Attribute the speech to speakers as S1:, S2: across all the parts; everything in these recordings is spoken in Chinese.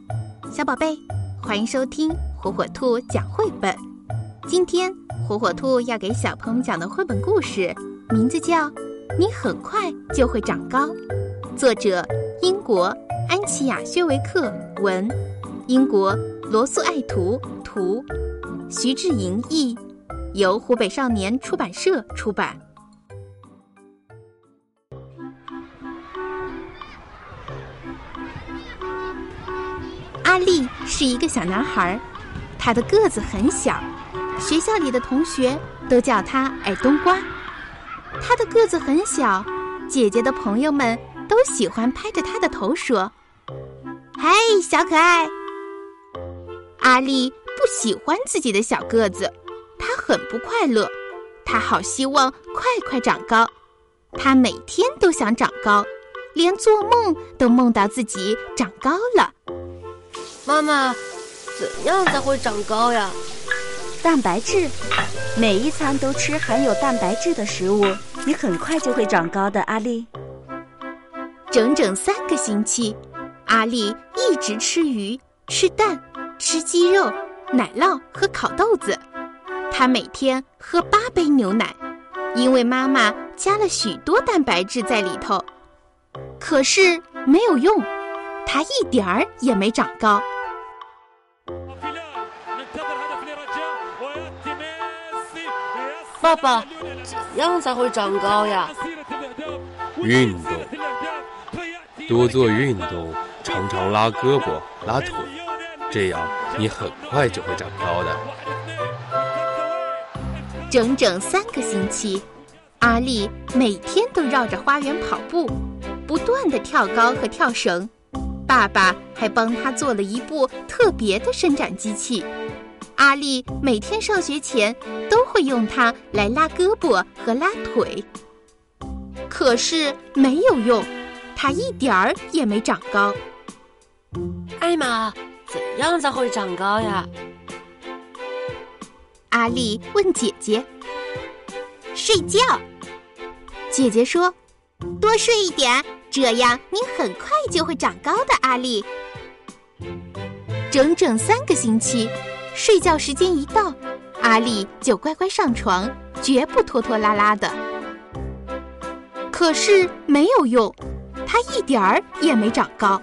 S1: 小宝贝，欢迎收听火火兔讲绘本。今天火火兔要给小朋友们讲的绘本故事名字叫《你很快就会长高》，作者英国安琪亚·薛维克文，英国罗素爱图图，徐志莹译，由湖北少年出版社出版。阿力是一个小男孩，他的个子很小，学校里的同学都叫他矮冬瓜。他的个子很小，姐姐的朋友们都喜欢拍着他的头说：“嗨，小可爱！”阿力不喜欢自己的小个子，他很不快乐，他好希望快长高。他每天都想长高，连做梦都梦到自己长高了。
S2: 妈妈，怎样才会长高呀？
S3: 蛋白质，每一餐都吃含有蛋白质的食物，你很快就会长高的，阿力。
S1: 整整3个星期，阿力一直吃鱼、吃蛋、吃鸡肉、奶酪和烤豆子。他每天喝8杯牛奶，因为妈妈加了许多蛋白质在里头。可是没有用，他一点儿也没长高。
S2: 爸爸，怎样才会长高呀？
S4: 运动，多做运动，常常拉胳膊、拉腿，这样你很快就会长高的。
S1: 整整3个星期，阿力每天都绕着花园跑步，不断地跳高和跳绳。爸爸还帮他做了一部特别的伸展机器。阿力每天上学前都会用它来拉胳膊和拉腿，可是没有用，他一点儿也没长高。
S2: 艾玛，怎样才会长高呀？
S1: 阿力问姐姐。睡觉。姐姐说，多睡一点，这样你很快就会长高的，阿力。整整3个星期，睡觉时间一到，阿力就乖乖上床，绝不拖拖拉拉的。可是没有用，他一点儿也没长高。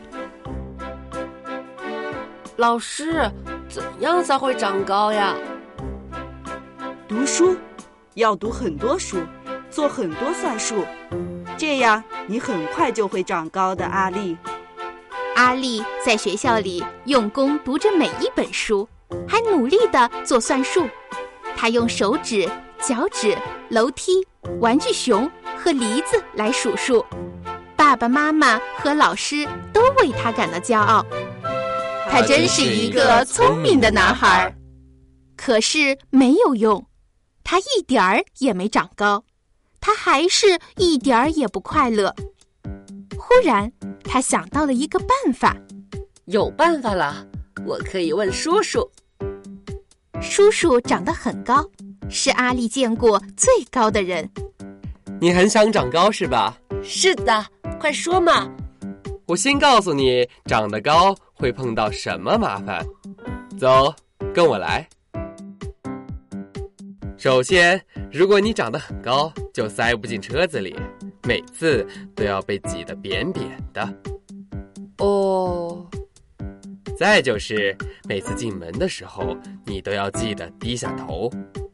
S2: 老师，怎样才会长高呀？
S3: 读书，要读很多书，做很多算术，这样你很快就会长高的，阿力。
S1: 阿力在学校里用功读着每一本书，还努力地做算术。他用手指、脚趾、楼梯、玩具熊和梨子来数数。爸爸妈妈和老师都为他感到骄傲。他真是一个聪明的男孩。可是没有用，他一点儿也没长高，他还是一点儿也不快乐。忽然他想到了一个办法。
S2: 有办法了，我可以问叔叔。
S1: 叔叔长得很高，是阿力见过最高的人。
S4: 你很想长高是吧？
S2: 是的，快说嘛。
S4: 我先告诉你，长得高会碰到什么麻烦。走，跟我来。首先，如果你长得很高，就塞不进车子里，每次都要被挤得扁扁的。
S2: 哦。
S4: 再就是每次进门的时候，你都要记得低下头。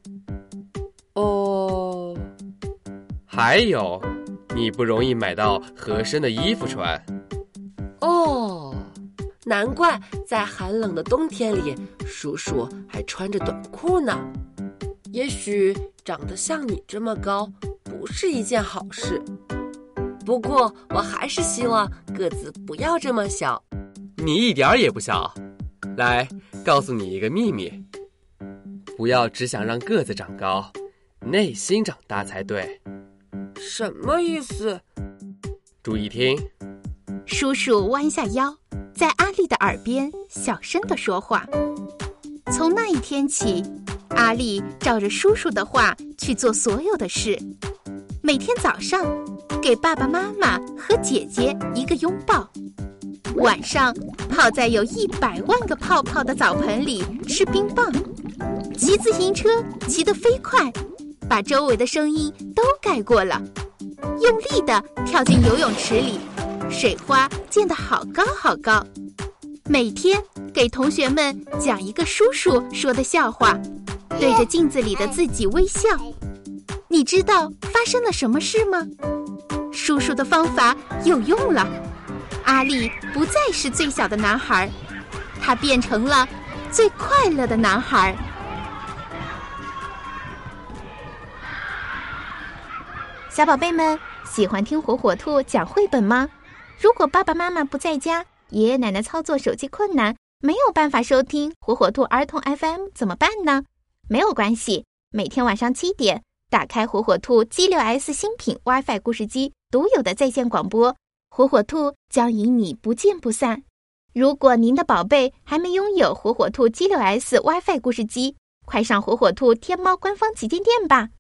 S2: 哦。
S4: 还有，你不容易买到合身的衣服穿。
S2: 哦，难怪在寒冷的冬天里，叔叔还穿着短裤呢。也许长得像你这么高不是一件好事，不过我还是希望个子不要这么小。
S4: 你一点儿也不小。来，告诉你一个秘密，不要只想让个子长高，内心长大才对。
S2: 什么意思？
S4: 注意听。
S1: 叔叔弯下腰，在阿力的耳边小声地说话。从那一天起，阿力照着叔叔的话去做所有的事。每天早上，给爸爸妈妈和姐姐一个拥抱。 晚上泡在有100万个泡泡的澡盆里吃冰棒，骑自行车骑得飞快，把周围的声音都盖过了，用力地跳进游泳池里，水花溅得好高好高。每天给同学们讲一个叔叔说的笑话，对着镜子里的自己微笑。你知道发生了什么事吗？叔叔的方法有用了，阿力不再是最小的男孩，他变成了最快乐的男孩。小宝贝们，喜欢听火火兔讲绘本吗？如果爸爸妈妈不在家，爷爷奶奶操作手机困难，没有办法收听火火兔儿童 FM 怎么办呢？没有关系，每天晚上7点，打开火火兔 G6S 新品 WiFi 故事机独有的在线广播，火火兔将与你不见不散。如果您的宝贝还没拥有火火兔 G6S WiFi 故事机，快上火火兔天猫官方旗舰店吧。